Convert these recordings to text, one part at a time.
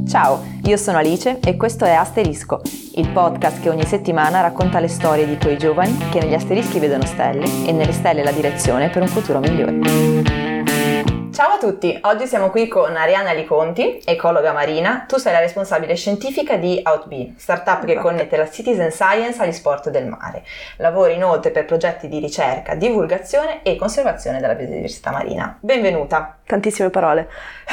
Ciao, io sono Alice e questo è Asterisco, il podcast che ogni settimana racconta le storie di quei giovani che negli asterischi vedono stelle e nelle stelle la direzione per un futuro migliore. Ciao a tutti, oggi siamo qui con Arianna Liconti, ecologa marina. Tu sei la responsabile scientifica di OutBee, startup che connette la citizen science agli sport del mare. Lavori inoltre per progetti di ricerca, divulgazione e conservazione della biodiversità marina. Benvenuta. Tantissime parole.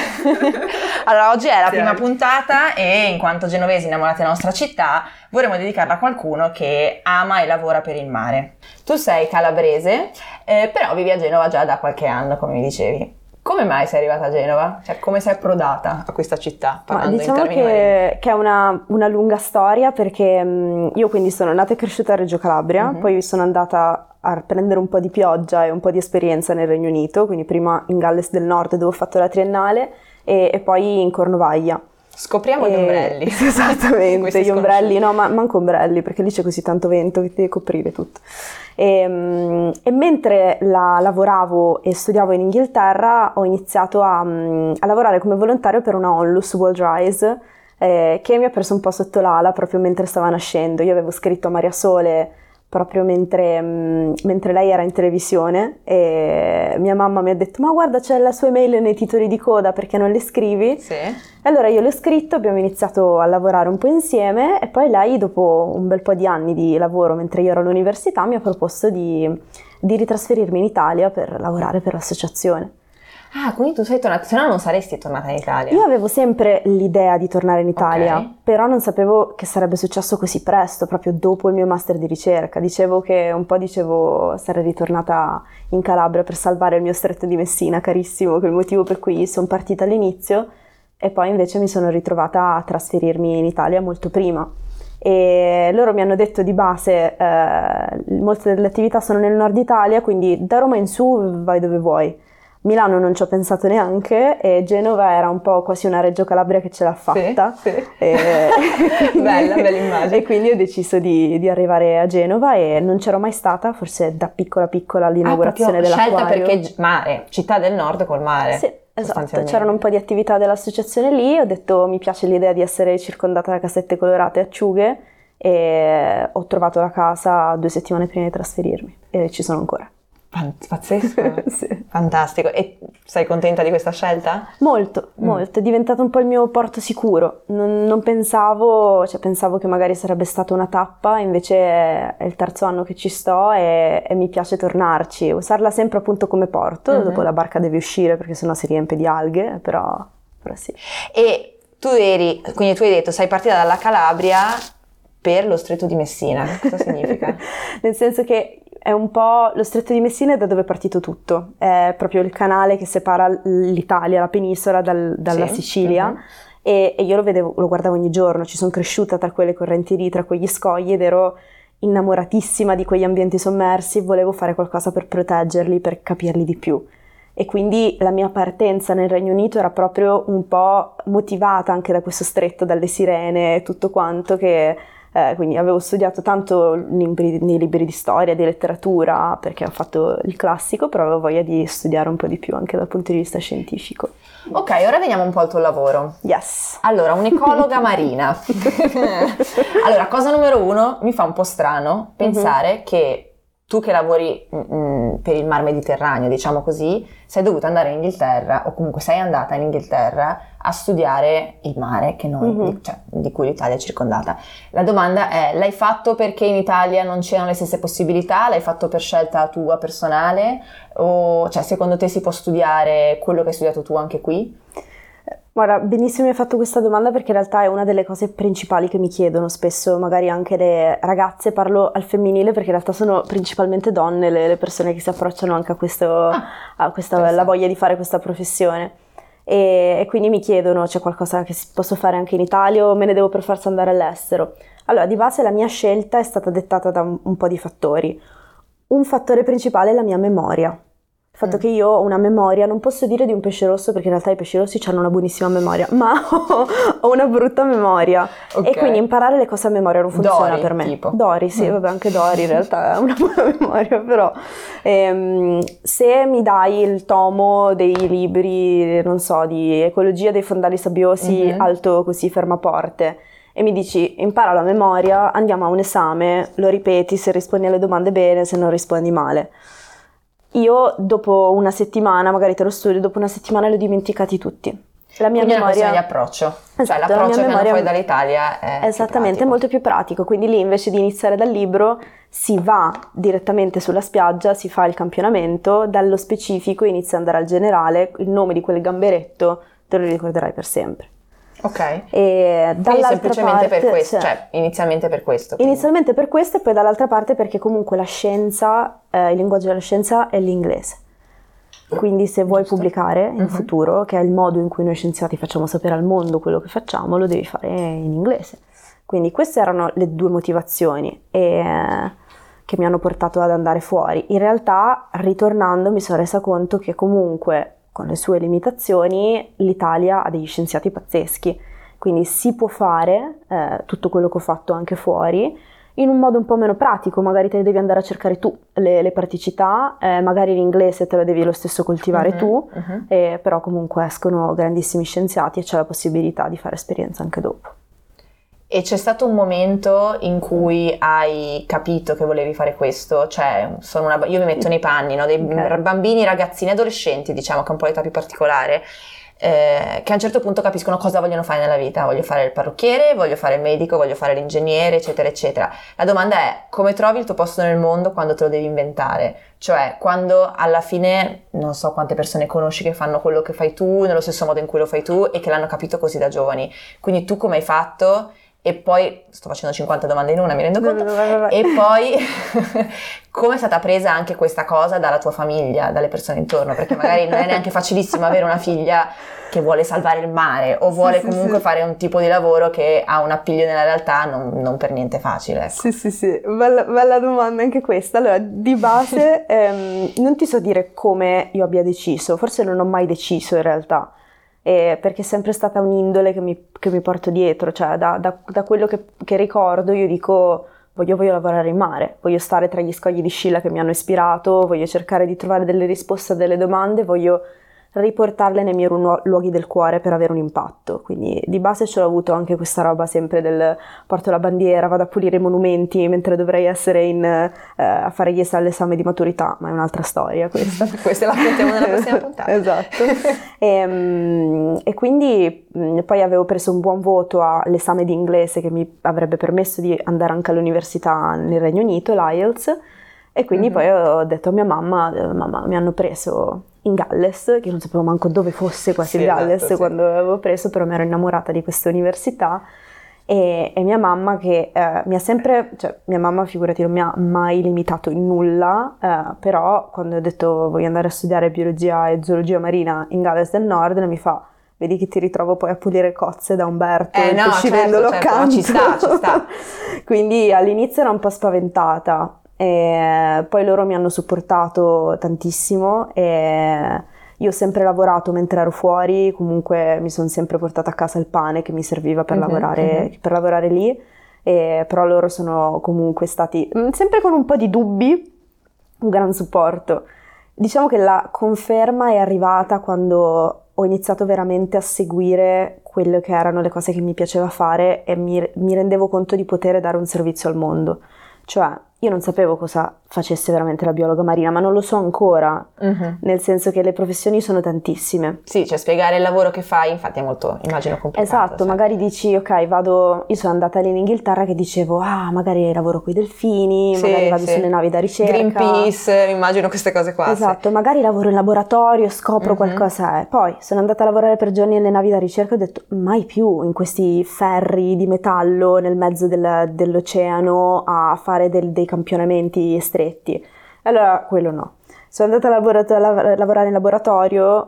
Allora, oggi è la prima puntata e in quanto genovesi innamorati della nostra città vorremmo dedicarla a qualcuno che ama e lavora per il mare. Tu sei calabrese, però vivi a Genova già da qualche anno, come mi dicevi. Come mai sei arrivata a Genova? Cioè, come sei approdata a questa città? Diciamo che è una lunga storia, perché io quindi sono nata e cresciuta a Reggio Calabria, poi sono andata a prendere un po' di pioggia e un po' di esperienza nel Regno Unito, quindi prima in Galles del Nord dove ho fatto la triennale e poi in Cornovaglia. Scopriamo gli ombrelli. Esattamente, gli ombrelli, no, ma manco ombrelli, perché lì c'è così tanto vento che ti deve coprire tutto. E mentre lavoravo e studiavo in Inghilterra ho iniziato a lavorare come volontario per una Onlus World Rise che mi ha preso un po' sotto l'ala proprio mentre stava nascendo. Io avevo scritto a Maria Sole proprio mentre lei era in televisione e mia mamma mi ha detto: ma guarda, c'è la sua email nei titoli di coda, perché non le scrivi? Sì. E allora io le ho scritto, abbiamo iniziato a lavorare un po' insieme e poi lei, dopo un bel po' di anni di lavoro mentre io ero all'università, mi ha proposto di ritrasferirmi in Italia per lavorare per l'associazione. Ah, quindi tu sei tornata, se no non saresti tornata in Italia. Io avevo sempre l'idea di tornare in Italia, okay, però non sapevo che sarebbe successo così presto, proprio dopo il mio master di ricerca. Dicevo sarei ritornata in Calabria per salvare il mio stretto di Messina, carissimo, che è il motivo per cui sono partita all'inizio, e poi invece mi sono ritrovata a trasferirmi in Italia molto prima. E loro mi hanno detto di base, molte delle attività sono nel nord Italia, quindi da Roma in su vai dove vuoi. Milano non ci ho pensato neanche e Genova era un po' quasi una Reggio Calabria che ce l'ha fatta. Sì. Bella immagine. E quindi ho deciso di arrivare a Genova e non c'ero mai stata, forse da piccola all'inaugurazione dell'acquario. Scelta perché mare, città del nord col mare. Sì, esatto, c'erano un po' di attività dell'associazione lì, ho detto mi piace l'idea di essere circondata da casette colorate e acciughe e ho trovato la casa 2 settimane prima di trasferirmi e ci sono ancora. Pazzesco, sì. Fantastico. E sei contenta di questa scelta? Molto, è diventato un po' il mio porto sicuro. Non pensavo che magari sarebbe stata una tappa, invece è il 3° anno che ci sto e mi piace tornarci, usarla sempre appunto come porto. Dopo la barca deve uscire perché sennò si riempie di alghe, però sì. E quindi tu hai detto sei partita dalla Calabria per lo Stretto di Messina, cosa significa? Nel senso che è un po' lo Stretto di Messina è da dove è partito tutto, è proprio il canale che separa l'Italia, la penisola dalla Sicilia, e io lo guardavo ogni giorno, ci sono cresciuta tra quelle correnti lì, tra quegli scogli, ed ero innamoratissima di quegli ambienti sommersi, volevo fare qualcosa per proteggerli, per capirli di più. E quindi la mia partenza nel Regno Unito era proprio un po' motivata anche da questo stretto, dalle sirene e tutto quanto quindi avevo studiato tanto nei libri di storia, di letteratura, perché ho fatto il classico, però avevo voglia di studiare un po' di più anche dal punto di vista scientifico. Ok, ora veniamo un po' al tuo lavoro. Yes. Allora, un'ecologa marina. Allora, cosa numero 1, mi fa un po' strano pensare che tu che lavori per il Mar Mediterraneo, diciamo così, sei dovuta andare in Inghilterra, o comunque sei andata in Inghilterra a studiare il mare che di cui l'Italia è circondata. La domanda è: l'hai fatto perché in Italia non c'erano le stesse possibilità? L'hai fatto per scelta tua personale? O secondo te si può studiare quello che hai studiato tu anche qui? Guarda, benissimo mi hai fatto questa domanda, perché in realtà è una delle cose principali che mi chiedono spesso, magari anche le ragazze, parlo al femminile perché in realtà sono principalmente donne le persone che si approcciano anche a questa la voglia di fare questa professione. E quindi mi chiedono: c'è qualcosa che posso fare anche in Italia o me ne devo per forza andare all'estero? Allora, di base la mia scelta è stata dettata da un po' di fattori. Un fattore principale è la mia memoria. Il fatto che io ho una memoria, non posso dire di un pesce rosso perché in realtà i pesci rossi hanno una buonissima memoria, ma ho una brutta memoria. Okay. E quindi imparare le cose a memoria non funziona Dory, per me. tipo. Dory, sì, vabbè, anche Dory in realtà ha una buona memoria, però se mi dai il tomo dei libri, non so, di ecologia dei fondali sabbiosi, alto così fermaporte, e mi dici impara la memoria, andiamo a un esame, lo ripeti, se rispondi alle domande bene, se non rispondi male. Io dopo una settimana, magari te lo studio, dopo una settimana li ho dimenticati tutti. La mia quindi memoria... è una questione di approccio. Esatto, cioè la l'approccio mia che hanno memoria... fuori dall'Italia è Esattamente, è molto più pratico. Quindi lì invece di iniziare dal libro si va direttamente sulla spiaggia, si fa il campionamento, dallo specifico inizia ad andare al generale, il nome di quel gamberetto te lo ricorderai per sempre. Ok. E quindi dall'altra semplicemente parte, per questo, cioè inizialmente per questo. Quindi. Inizialmente per questo e poi dall'altra parte perché comunque la scienza, il linguaggio della scienza è l'inglese. Quindi se vuoi pubblicare in futuro, che è il modo in cui noi scienziati facciamo sapere al mondo quello che facciamo, lo devi fare in inglese. Quindi queste erano le due motivazioni che mi hanno portato ad andare fuori. In realtà, ritornando, mi sono resa conto che comunque, con le sue limitazioni, l'Italia ha degli scienziati pazzeschi. Quindi si può fare tutto quello che ho fatto anche fuori, in un modo un po' meno pratico, magari te le devi andare a cercare tu le praticità, magari l'inglese te lo devi lo stesso coltivare tu, però comunque escono grandissimi scienziati e c'è la possibilità di fare esperienza anche dopo. E c'è stato un momento in cui hai capito che volevi fare questo? Cioè, io mi metto nei panni, no? Dei bambini, ragazzini, adolescenti, diciamo, che è un po' l'età più particolare, che a un certo punto capiscono cosa vogliono fare nella vita. Voglio fare il parrucchiere, voglio fare il medico, voglio fare l'ingegnere, eccetera, eccetera. La domanda è: come trovi il tuo posto nel mondo quando te lo devi inventare? Cioè, quando alla fine, non so quante persone conosci che fanno quello che fai tu, nello stesso modo in cui lo fai tu e che l'hanno capito così da giovani. Quindi tu come hai fatto? E poi, sto facendo 50 domande in una, mi rendo conto, e poi come è stata presa anche questa cosa dalla tua famiglia, dalle persone intorno, perché magari non è neanche facilissimo avere una figlia che vuole salvare il mare o vuole comunque fare un tipo di lavoro che ha un appiglio nella realtà non per niente facile. Ecco. Sì, bella domanda anche questa. Allora, di base non ti so dire come io abbia deciso, forse non ho mai deciso in realtà. Perché è sempre stata un'indole che mi porto dietro, cioè da quello che ricordo io dico voglio lavorare in mare, voglio stare tra gli scogli di Scilla che mi hanno ispirato, voglio cercare di trovare delle risposte a delle domande, voglio riportarle nei miei luoghi del cuore per avere un impatto. Quindi di base ce l'ho avuto anche questa roba sempre del porto la bandiera, vado a pulire i monumenti mentre dovrei essere a fare l'esame di maturità, ma è un'altra storia questa. Questa la affrontiamo nella prossima puntata. Esatto. E quindi poi avevo preso un buon voto all'esame di inglese che mi avrebbe permesso di andare anche all'università nel Regno Unito, l'IELTS, e quindi poi ho detto a mia mamma, mi hanno preso in Galles, che non sapevo manco dove fosse quasi il Galles quando avevo preso, però mi ero innamorata di questa università e mia mamma che mi ha sempre, cioè mia mamma figurati non mi ha mai limitato in nulla, però quando ho detto voglio andare a studiare biologia e zoologia marina in Galles del Nord, mi fa vedi che ti ritrovo poi a pulire cozze da Umberto, il pescivendolo accanto. Ci sta. Quindi all'inizio ero un po' spaventata. E poi loro mi hanno supportato tantissimo e io ho sempre lavorato mentre ero fuori, comunque mi sono sempre portata a casa il pane che mi serviva per lavorare lì, però loro sono comunque stati sempre con un po' di dubbi, un gran supporto. Diciamo che la conferma è arrivata quando ho iniziato veramente a seguire quelle che erano le cose che mi piaceva fare e mi rendevo conto di poter dare un servizio al mondo. Cioè, io non sapevo cosa facesse veramente la biologa marina, ma non lo so ancora, nel senso che le professioni sono tantissime. Sì, cioè spiegare il lavoro che fai, infatti è molto, immagino, complicato. Esatto, cioè. Magari dici, ok, io sono andata lì in Inghilterra che dicevo, magari lavoro con i delfini, magari vado sulle navi da ricerca. Greenpeace, immagino queste cose qua. Esatto, magari lavoro in laboratorio, scopro qualcosa. Poi sono andata a lavorare per giorni nelle navi da ricerca e ho detto, mai più in questi ferri di metallo nel mezzo dell'oceano a fare dei campionamenti stretti. Allora, quello no. Sono andata a lavorare in laboratorio,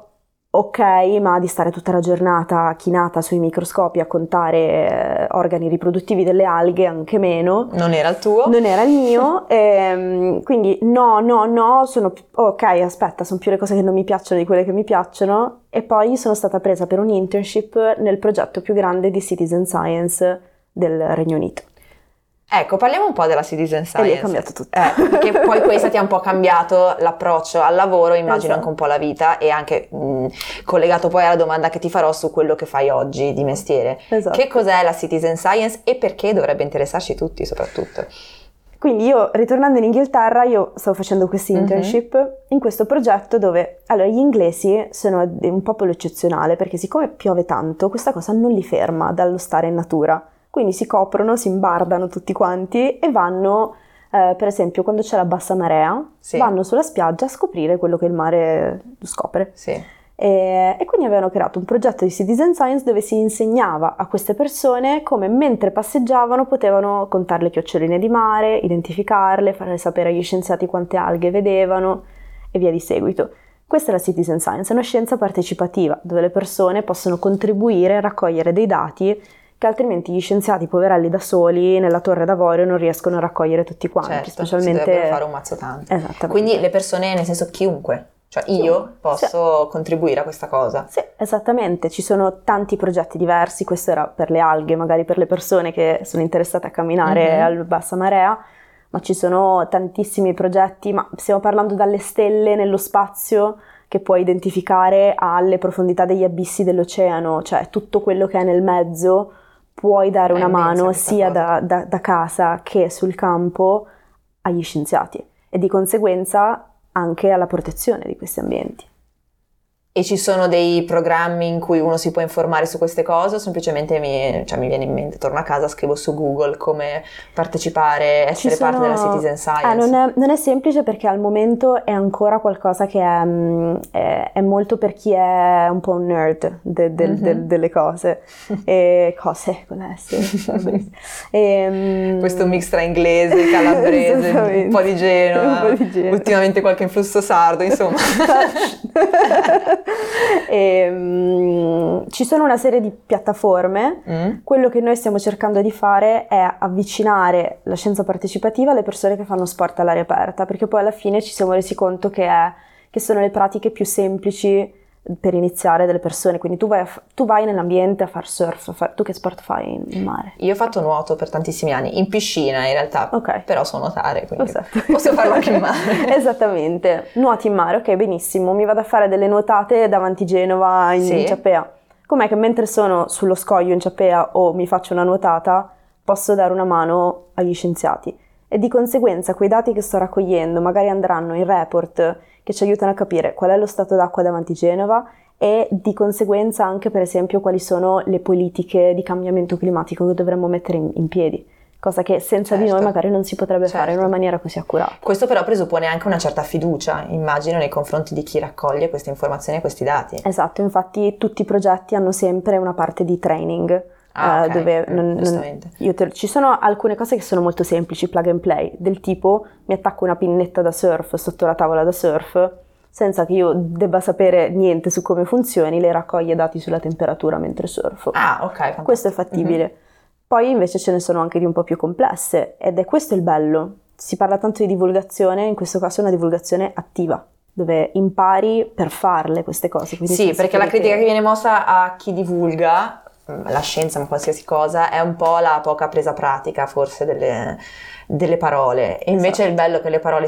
ok, ma di stare tutta la giornata chinata sui microscopi a contare organi riproduttivi delle alghe, anche meno. Non era il tuo? Non era il mio, quindi no, ok, aspetta, sono più le cose che non mi piacciono di quelle che mi piacciono, e poi sono stata presa per un internship nel progetto più grande di Citizen Science del Regno Unito. Ecco, parliamo un po' della Citizen Science. E lì è cambiato tutto. Perché poi questa ti ha un po' cambiato l'approccio al lavoro, immagino Esatto. anche un po' alla vita, e anche collegato poi alla domanda che ti farò su quello che fai oggi di mestiere. Esatto. Che cos'è la Citizen Science e perché dovrebbe interessarci tutti soprattutto? Quindi io, ritornando in Inghilterra, io stavo facendo questo internship in questo progetto dove, allora, gli inglesi sono un popolo eccezionale perché siccome piove tanto, questa cosa non li ferma dallo stare in natura. Quindi si coprono, si imbardano tutti quanti e vanno, per esempio, quando c'è la bassa marea, vanno sulla spiaggia a scoprire quello che il mare scopre. Sì. E quindi avevano creato un progetto di Citizen Science dove si insegnava a queste persone come mentre passeggiavano potevano contare le chioccioline di mare, identificarle, fare sapere agli scienziati quante alghe vedevano e via di seguito. Questa è la Citizen Science, è una scienza partecipativa dove le persone possono contribuire a raccogliere dei dati che altrimenti gli scienziati poverelli da soli nella Torre d'Avorio non riescono a raccogliere tutti quanti. Certo, specialmente si dovrebbero fare un mazzo tanto. Esattamente. Quindi le persone, nel senso chiunque, cioè io posso contribuire a questa cosa. Sì, esattamente, ci sono tanti progetti diversi, questo era per le alghe, magari per le persone che sono interessate a camminare a bassa marea, ma ci sono tantissimi progetti, ma stiamo parlando dalle stelle nello spazio che puoi identificare alle profondità degli abissi dell'oceano, cioè tutto quello che è nel mezzo. Puoi dare una mano sia da casa che sul campo agli scienziati e di conseguenza anche alla protezione di questi ambienti. E ci sono dei programmi in cui uno si può informare su queste cose o semplicemente mi viene in mente, torno a casa, scrivo su Google come partecipare, essere parte della Citizen Science? Non è semplice perché al momento è ancora qualcosa che è molto per chi è un po' un nerd delle cose. Cose con S. Questo mix tra inglese, calabrese, un po' di Genova, ultimamente qualche influsso sardo, insomma. Ci sono una serie di piattaforme. Quello che noi stiamo cercando di fare è avvicinare la scienza partecipativa alle persone che fanno sport all'aria aperta, perché poi alla fine ci siamo resi conto che sono le pratiche più semplici per iniziare delle persone. Quindi tu vai nell'ambiente a far surf. Tu che sport fai in mare? Io ho fatto nuoto per tantissimi anni, in piscina in realtà, però so nuotare, quindi posso farlo anche in mare. Esattamente, nuoti in mare, ok, benissimo, mi vado a fare delle nuotate davanti Genova in Ciappea. Com'è che mentre sono sullo scoglio in Ciappea o mi faccio una nuotata posso dare una mano agli scienziati? E di conseguenza quei dati che sto raccogliendo magari andranno in report che ci aiutano a capire qual è lo stato d'acqua davanti Genova e di conseguenza anche per esempio quali sono le politiche di cambiamento climatico che dovremmo mettere in piedi, cosa che senza di noi magari non si potrebbe fare in una maniera così accurata. Questo però presuppone anche una certa fiducia, immagino, nei confronti di chi raccoglie queste informazioni e questi dati. Esatto, infatti tutti i progetti hanno sempre una parte di training. Dove ci sono alcune cose che sono molto semplici, plug and play, del tipo mi attacco una pinnetta da surf sotto la tavola da surf senza che io debba sapere niente su come funzioni, le raccoglie dati sulla temperatura mentre surfo. Ok. Questo è fattibile. Poi invece ce ne sono anche di un po' più complesse ed è questo il bello. Si parla tanto di divulgazione, in questo caso è una divulgazione attiva, dove impari per farle queste cose. Sì, perché la critica che viene mossa a chi divulga la scienza, ma qualsiasi cosa, è un po' la poca presa pratica forse delle parole, e invece è bello che le parole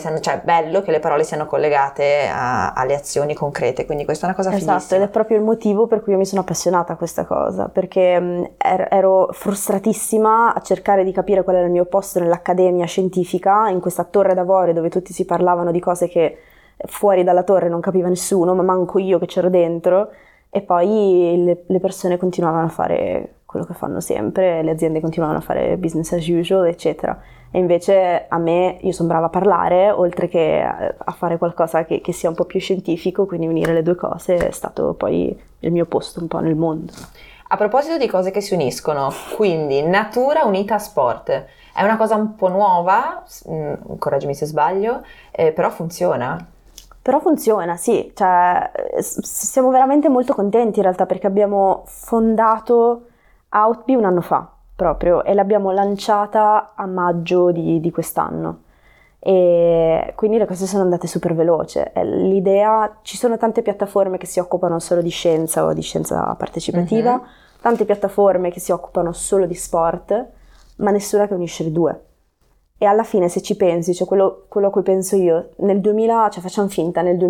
siano collegate alle azioni concrete, quindi questa è una cosa fighissima. Esatto, ed è proprio il motivo per cui io mi sono appassionata a questa cosa, perché ero frustratissima a cercare di capire qual era il mio posto nell'accademia scientifica, in questa torre d'avorio dove tutti si parlavano di cose che fuori dalla torre non capiva nessuno, ma manco io che c'ero dentro. E poi le persone continuavano a fare quello che fanno sempre, le aziende continuavano a fare business as usual, eccetera. E invece a me, io sono brava a parlare, oltre che a fare qualcosa che sia un po' più scientifico, quindi unire le due cose è stato poi il mio posto un po' nel mondo. A proposito di cose che si uniscono, quindi natura unita a sport, è una cosa un po' nuova, correggimi se sbaglio, però funziona? Però funziona, sì, cioè siamo veramente molto contenti in realtà perché abbiamo fondato Outby un anno fa proprio e l'abbiamo lanciata a maggio di quest'anno e quindi le cose sono andate super veloce. L'idea, ci sono tante piattaforme che si occupano solo di scienza o di scienza partecipativa, tante piattaforme che si occupano solo di sport, ma nessuna che unisce le due. E alla fine, se ci pensi, cioè quello a cui penso io, nel 2000, cioè facciamo finta, nel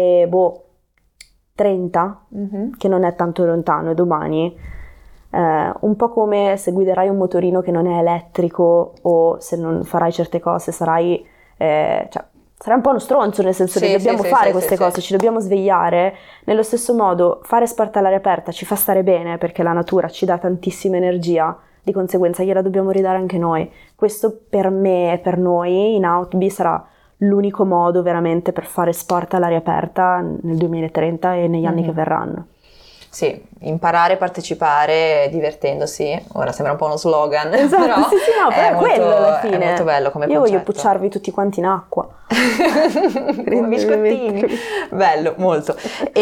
2030, che non è tanto lontano, è domani, un po' come se guiderai un motorino che non è elettrico o se non farai certe cose sarai un po' uno stronzo, nel senso che dobbiamo fare queste cose, ci dobbiamo svegliare. Nello stesso modo, fare sport all'aria aperta ci fa stare bene perché la natura ci dà tantissima energia, di conseguenza gliela dobbiamo ridare anche noi. Questo per me e per noi in Outby sarà l'unico modo veramente per fare sport all'aria aperta nel 2030 e negli anni che verranno. Sì, imparare, partecipare, divertendosi. Ora sembra un po' uno slogan, esatto, però, sì, no, però è quello alla fine. È molto bello come concetto. Io voglio pucciarvi tutti quanti in acqua. Come biscottini. Bello, molto.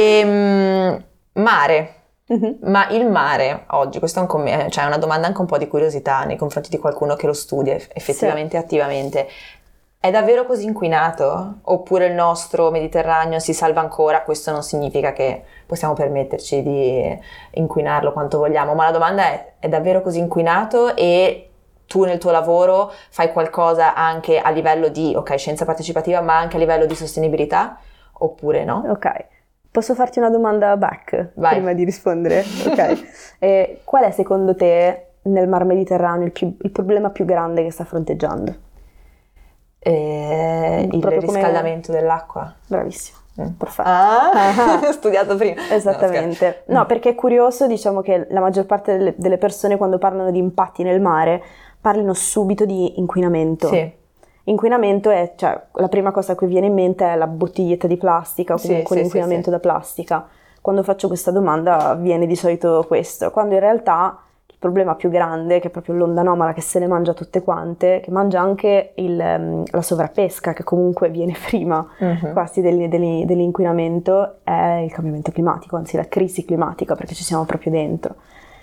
Mare. Ma il mare oggi, questo è cioè una domanda anche un po' di curiosità nei confronti di qualcuno che lo studia effettivamente attivamente. È davvero così inquinato? Oppure il nostro Mediterraneo si salva ancora? Questo non significa che possiamo permetterci di inquinarlo quanto vogliamo, ma la domanda è davvero così inquinato e tu nel tuo lavoro fai qualcosa anche a livello di, scienza partecipativa, ma anche a livello di sostenibilità? Oppure no? Ok. Posso farti una domanda back? Vai. Prima di rispondere? Ok. Qual è secondo te nel Mar Mediterraneo il problema più grande che sta fronteggiando? Il riscaldamento dell'acqua. Bravissimo. Perfetto. Studiato prima. Esattamente. No, perché è curioso, diciamo che la maggior parte delle persone quando parlano di impatti nel mare parlino subito di inquinamento. Sì. Inquinamento è, cioè, la prima cosa che viene in mente è la bottiglietta di plastica o comunque l'inquinamento da plastica. Quando faccio questa domanda viene di solito questo, quando in realtà il problema più grande, che è proprio l'onda anomala che se ne mangia tutte quante, che mangia anche la sovrappesca, che comunque viene prima quasi dell'inquinamento, è il cambiamento climatico, anzi la crisi climatica, perché ci siamo proprio dentro.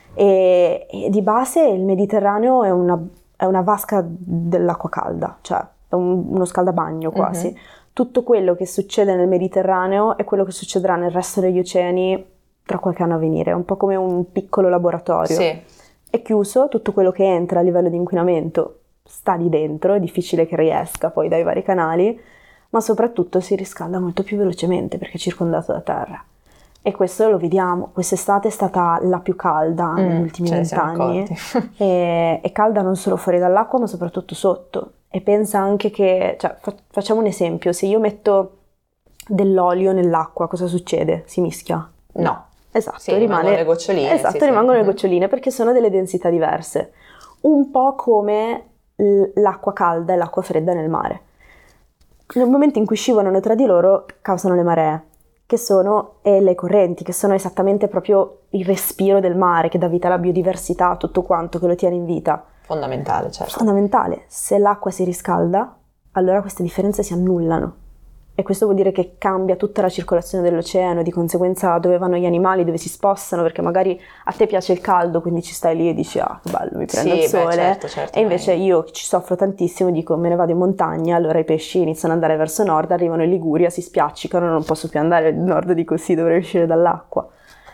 E di base il Mediterraneo è una vasca dell'acqua calda, cioè è uno scaldabagno quasi. Tutto quello che succede nel Mediterraneo è quello che succederà nel resto degli oceani tra qualche anno a venire, è un po' come un piccolo laboratorio. Sì. È chiuso, tutto quello che entra a livello di inquinamento sta lì dentro, è difficile che riesca poi dai vari canali, ma soprattutto si riscalda molto più velocemente perché è circondato da terra. E questo lo vediamo, quest'estate è stata la più calda negli ultimi 20 anni e calda non solo fuori dall'acqua ma soprattutto sotto. E pensa anche che, cioè, facciamo un esempio, se io metto dell'olio nell'acqua cosa succede? Si mischia? No. Esatto, rimangono le goccioline. Esatto, rimangono le goccioline perché sono delle densità diverse. Un po' come l'acqua calda e l'acqua fredda nel mare. Nel momento in cui scivolano tra di loro causano le maree. E le correnti, che sono esattamente proprio il respiro del mare, che dà vita alla biodiversità, tutto quanto, che lo tiene in vita. Fondamentale, certo. Fondamentale. Se l'acqua si riscalda, allora queste differenze si annullano. E questo vuol dire che cambia tutta la circolazione dell'oceano, di conseguenza dove vanno gli animali, dove si spostano, perché magari a te piace il caldo, quindi ci stai lì e dici ah che bello, mi prendo il sole, certo, e invece io ci soffro tantissimo, dico me ne vado in montagna, allora i pesci iniziano ad andare verso nord, arrivano in Liguria, si spiaccicano, non posso più andare nord di così, dovrei uscire dall'acqua.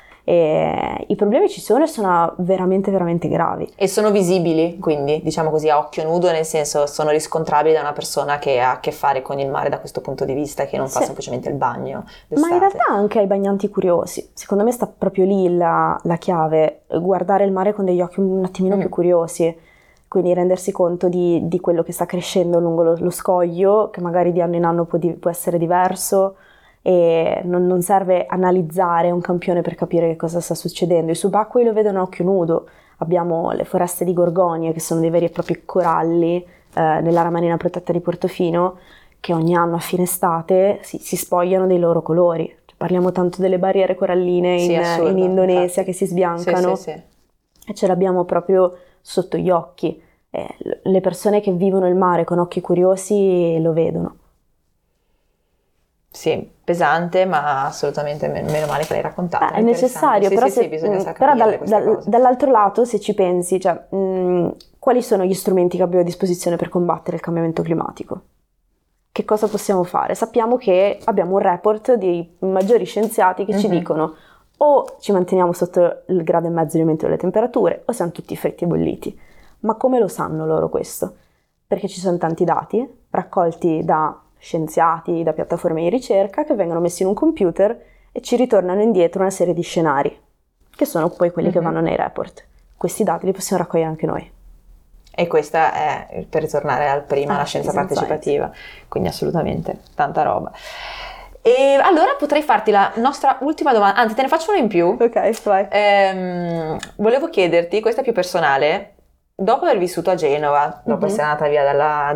E i problemi ci sono e sono veramente veramente gravi. E sono visibili, quindi diciamo così a occhio nudo, nel senso sono riscontrabili da una persona che ha a che fare con il mare da questo punto di vista e che non fa semplicemente il bagno d'estate. Ma in realtà anche ai bagnanti curiosi, secondo me sta proprio lì la chiave, guardare il mare con degli occhi un attimino più curiosi, quindi rendersi conto di quello che sta crescendo lungo lo scoglio, che magari di anno in anno può essere diverso. E non serve analizzare un campione per capire che cosa sta succedendo. I subacquei lo vedono a occhio nudo. Abbiamo le foreste di gorgonie, che sono dei veri e propri coralli nell'area marina protetta di Portofino, che ogni anno a fine estate si spogliano dei loro colori. Cioè, parliamo tanto delle barriere coralline in Indonesia, infatti, che si sbiancano, sì. E ce l'abbiamo proprio sotto gli occhi. Le persone che vivono il mare con occhi curiosi lo vedono. Sì, pesante, ma assolutamente meno male che l'hai raccontato. È necessario, sì, però, sì, bisogna saper però capire queste cose. dall'altro lato, se ci pensi, cioè, quali sono gli strumenti che abbiamo a disposizione per combattere il cambiamento climatico? Che cosa possiamo fare? Sappiamo che abbiamo un report dei maggiori scienziati che ci dicono o ci manteniamo sotto il 1,5 gradi di aumento delle temperature o siamo tutti fritti e bolliti. Ma come lo sanno loro questo? Perché ci sono tanti dati raccolti da scienziati, da piattaforme di ricerca che vengono messi in un computer e ci ritornano indietro una serie di scenari, che sono poi quelli che vanno nei report. Questi dati li possiamo raccogliere anche noi. E questa è, per ritornare al prima, la scienza partecipativa, quindi assolutamente tanta roba. E allora potrei farti la nostra ultima domanda, anzi te ne faccio una in più. Ok, vai. Volevo chiederti, questa è più personale, dopo aver vissuto a Genova, dopo essere andata via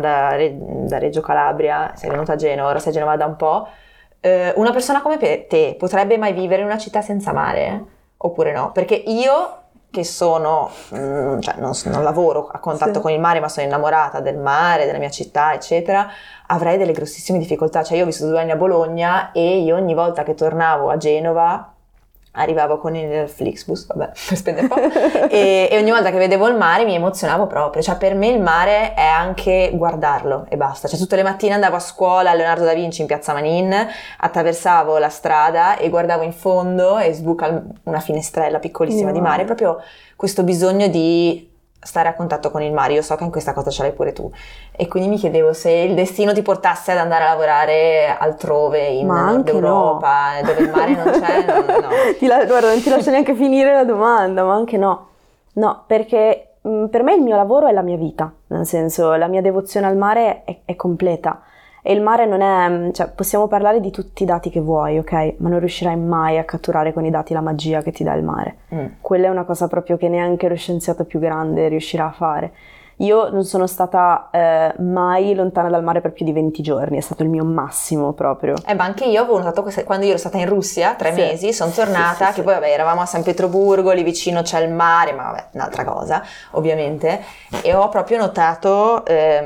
da Reggio Calabria, sei venuta a Genova, ora sei a Genova da un po', una persona come te potrebbe mai vivere in una città senza mare? Oppure no? Perché io, che sono, cioè non lavoro a contatto con il mare, ma sono innamorata del mare, della mia città, eccetera, avrei delle grossissime difficoltà. Cioè io ho vissuto 2 anni a Bologna e io ogni volta che tornavo a Genova arrivavo con il Flixbus, vabbè, per spendere un po', e ogni volta che vedevo il mare mi emozionavo proprio. Cioè per me il mare è anche guardarlo e basta. Cioè tutte le mattine andavo a scuola a Leonardo da Vinci in Piazza Manin, attraversavo la strada e guardavo in fondo e sbuca una finestrella piccolissima di mare, proprio questo bisogno di stare a contatto con il mare. Io so che in questa cosa ce l'hai pure tu, e quindi mi chiedevo se il destino ti portasse ad andare a lavorare altrove in Nord Europa, dove il mare non c'è, no. Guarda, non ti lascio neanche finire la domanda, ma anche no. No, perché per me il mio lavoro è la mia vita, nel senso, la mia devozione al mare è completa. E il mare non è, cioè possiamo parlare di tutti i dati che vuoi, ok? Ma non riuscirai mai a catturare con i dati la magia che ti dà il mare. Quella è una cosa proprio che neanche lo scienziato più grande riuscirà a fare. Io non sono stata mai lontana dal mare per più di 20 giorni, è stato il mio massimo proprio. Ma anche io avevo notato quando io ero stata in Russia 3 mesi, sono tornata, che poi vabbè eravamo a San Pietroburgo, lì vicino c'è il mare, ma vabbè, un'altra cosa, ovviamente, e ho proprio notato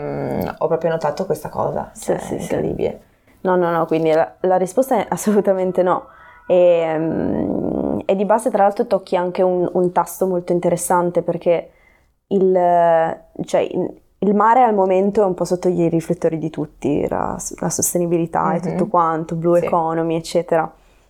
questa cosa, cioè, è incredibile. No, quindi la risposta è assolutamente no. E di base tra l'altro tocchi anche un tasto molto interessante, perché il mare al momento è un po' sotto i riflettori di tutti, la sostenibilità e tutto quanto, blue economy, eccetera.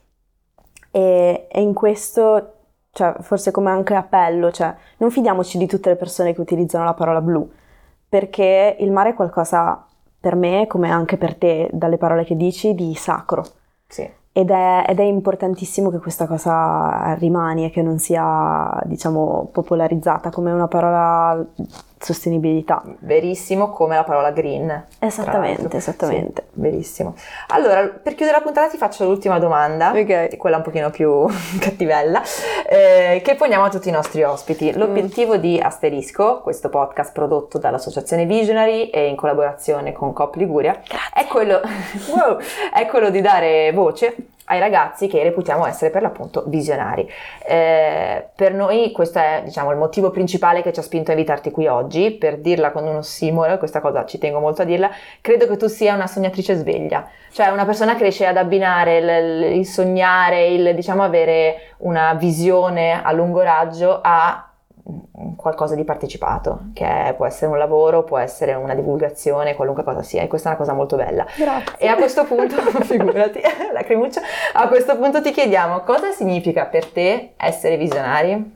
E in questo, cioè, forse come anche appello, cioè, non fidiamoci di tutte le persone che utilizzano la parola blu, perché il mare è qualcosa, per me, come anche per te, dalle parole che dici, di sacro. Sì. Ed è importantissimo che questa cosa rimani e che non sia, diciamo, popolarizzata come una parola sostenibilità. Verissimo, come la parola green. Esattamente. Sì, verissimo. Allora, per chiudere la puntata ti faccio l'ultima domanda, quella un pochino più cattivella, che poniamo a tutti i nostri ospiti. L'obiettivo di Asterisco, questo podcast prodotto dall'associazione Visionary e in collaborazione con Coop Liguria, è quello di dare voce ai ragazzi che reputiamo essere per l'appunto visionari. Per noi questo è, diciamo, il motivo principale che ci ha spinto a invitarti qui oggi. Per dirla con un ossimoro, questa cosa ci tengo molto a dirla, credo che tu sia una sognatrice sveglia, cioè una persona che riesce ad abbinare il sognare, il, diciamo, avere una visione a lungo raggio a qualcosa di partecipato, che può essere un lavoro, può essere una divulgazione, qualunque cosa sia, e questa è una cosa molto bella. Grazie. E a questo punto, figurati, lacrimuccia, a questo punto ti chiediamo cosa significa per te essere visionari?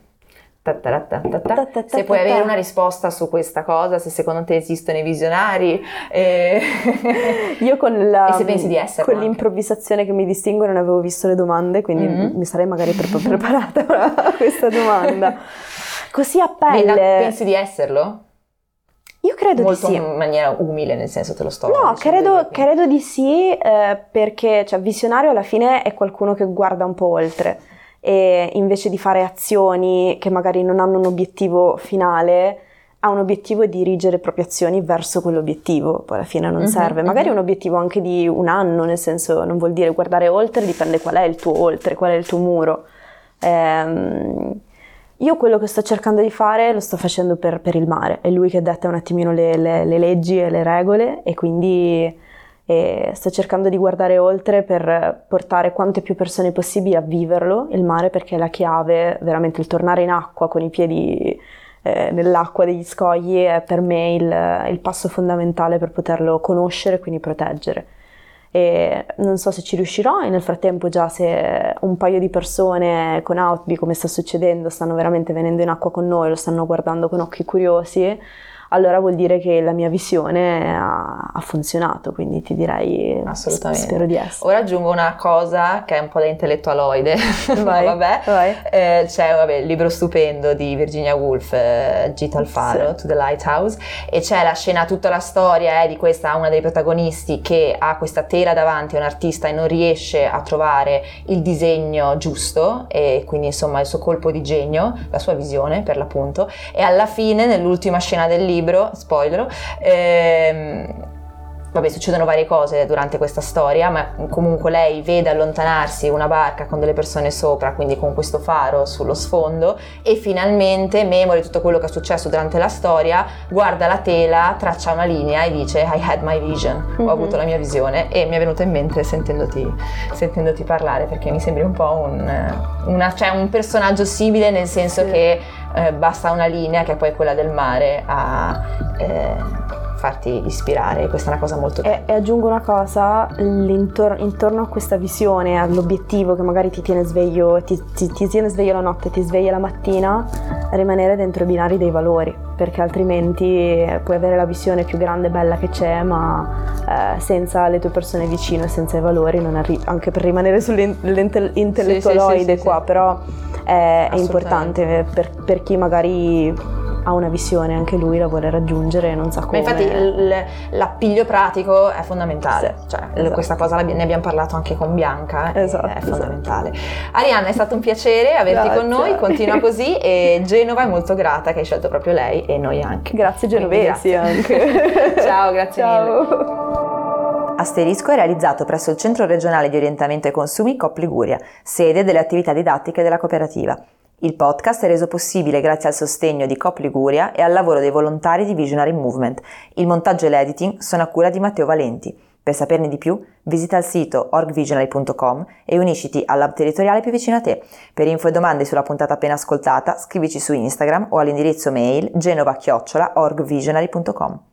Se puoi avere una risposta su questa cosa, se secondo te esistono i visionari, io e se pensi di essere, con l'improvvisazione che mi distingue non avevo visto le domande, quindi mi sarei magari preparata a questa domanda. Così a pelle. Pensi di esserlo? Io credo molto di sì. In maniera umile, nel senso te lo sto No, dicendo credo di sì, perché cioè, visionario alla fine è qualcuno che guarda un po' oltre, e invece di fare azioni che magari non hanno un obiettivo finale, ha un obiettivo e dirigere proprie azioni verso quell'obiettivo. Poi alla fine non serve, magari un obiettivo anche di un anno, nel senso non vuol dire guardare oltre, dipende qual è il tuo oltre, qual è il tuo muro. Io quello che sto cercando di fare lo sto facendo per il mare, è lui che detta un attimino le leggi e le regole, e quindi e sto cercando di guardare oltre per portare quante più persone possibili a viverlo, il mare, perché è la chiave, veramente il tornare in acqua con i piedi nell'acqua degli scogli è per me il passo fondamentale per poterlo conoscere e quindi proteggere. E non so se ci riuscirò, e nel frattempo già se un paio di persone con Outby, come sta succedendo, stanno veramente venendo in acqua con noi, lo stanno guardando con occhi curiosi, allora vuol dire che la mia visione ha funzionato, quindi ti direi assolutamente. Spero di essere. Ora aggiungo una cosa che è un po' da intellettualoide. Vai, vabbè. vai. C'è il libro stupendo di Virginia Woolf, Gita al faro, sì. To the Lighthouse, e c'è la scena, tutta la storia di questa, una dei protagonisti che ha questa tela davanti, è un artista e non riesce a trovare il disegno giusto, e quindi insomma il suo colpo di genio, la sua visione per l'appunto, e alla fine, nell'ultima scena del libro, spoiler, vabbè, succedono varie cose durante questa storia, ma comunque lei vede allontanarsi una barca con delle persone sopra, quindi con questo faro sullo sfondo, e finalmente, memore di tutto quello che è successo durante la storia, guarda la tela, traccia una linea e dice I had my vision, ho avuto la mia visione, e mi è venuto in mente sentendoti parlare, perché mi sembri un po' cioè un personaggio simile, nel senso che basta una linea, che è poi quella del mare, a farti ispirare. Questa è una cosa molto bella. E aggiungo una cosa, intorno a questa visione, all'obiettivo che magari ti tiene sveglio, ti tiene sveglio la notte, ti sveglia la mattina, rimanere dentro i binari dei valori, perché altrimenti puoi avere la visione più grande e bella che c'è, ma senza le tue persone vicino e senza i valori non arrivi, anche per rimanere sull'intellettualoide qua, però è importante per chi magari ha una visione, anche lui la vuole raggiungere e non sa come. Ma infatti l'appiglio pratico è fondamentale, esatto. Questa cosa ne abbiamo parlato anche con Bianca, esatto, è fondamentale. Arianna, è stato un piacere averti Grazie. con noi, continua così, e Genova è molto grata che hai scelto proprio lei, e noi anche. Grazie genovesi anche. Ciao, grazie Ciao. mille. Asterisco è realizzato presso il Centro Regionale di Orientamento ai Consumi Coop Liguria, sede delle attività didattiche della cooperativa. Il podcast è reso possibile grazie al sostegno di Coop Liguria e al lavoro dei volontari di Visionary Movement. Il montaggio e l'editing sono a cura di Matteo Valenti. Per saperne di più, visita il sito orgvisionary.com e unisciti all'hub territoriale più vicino a te. Per info e domande sulla puntata appena ascoltata, scrivici su Instagram o all'indirizzo mail genova@orgvisionary.com.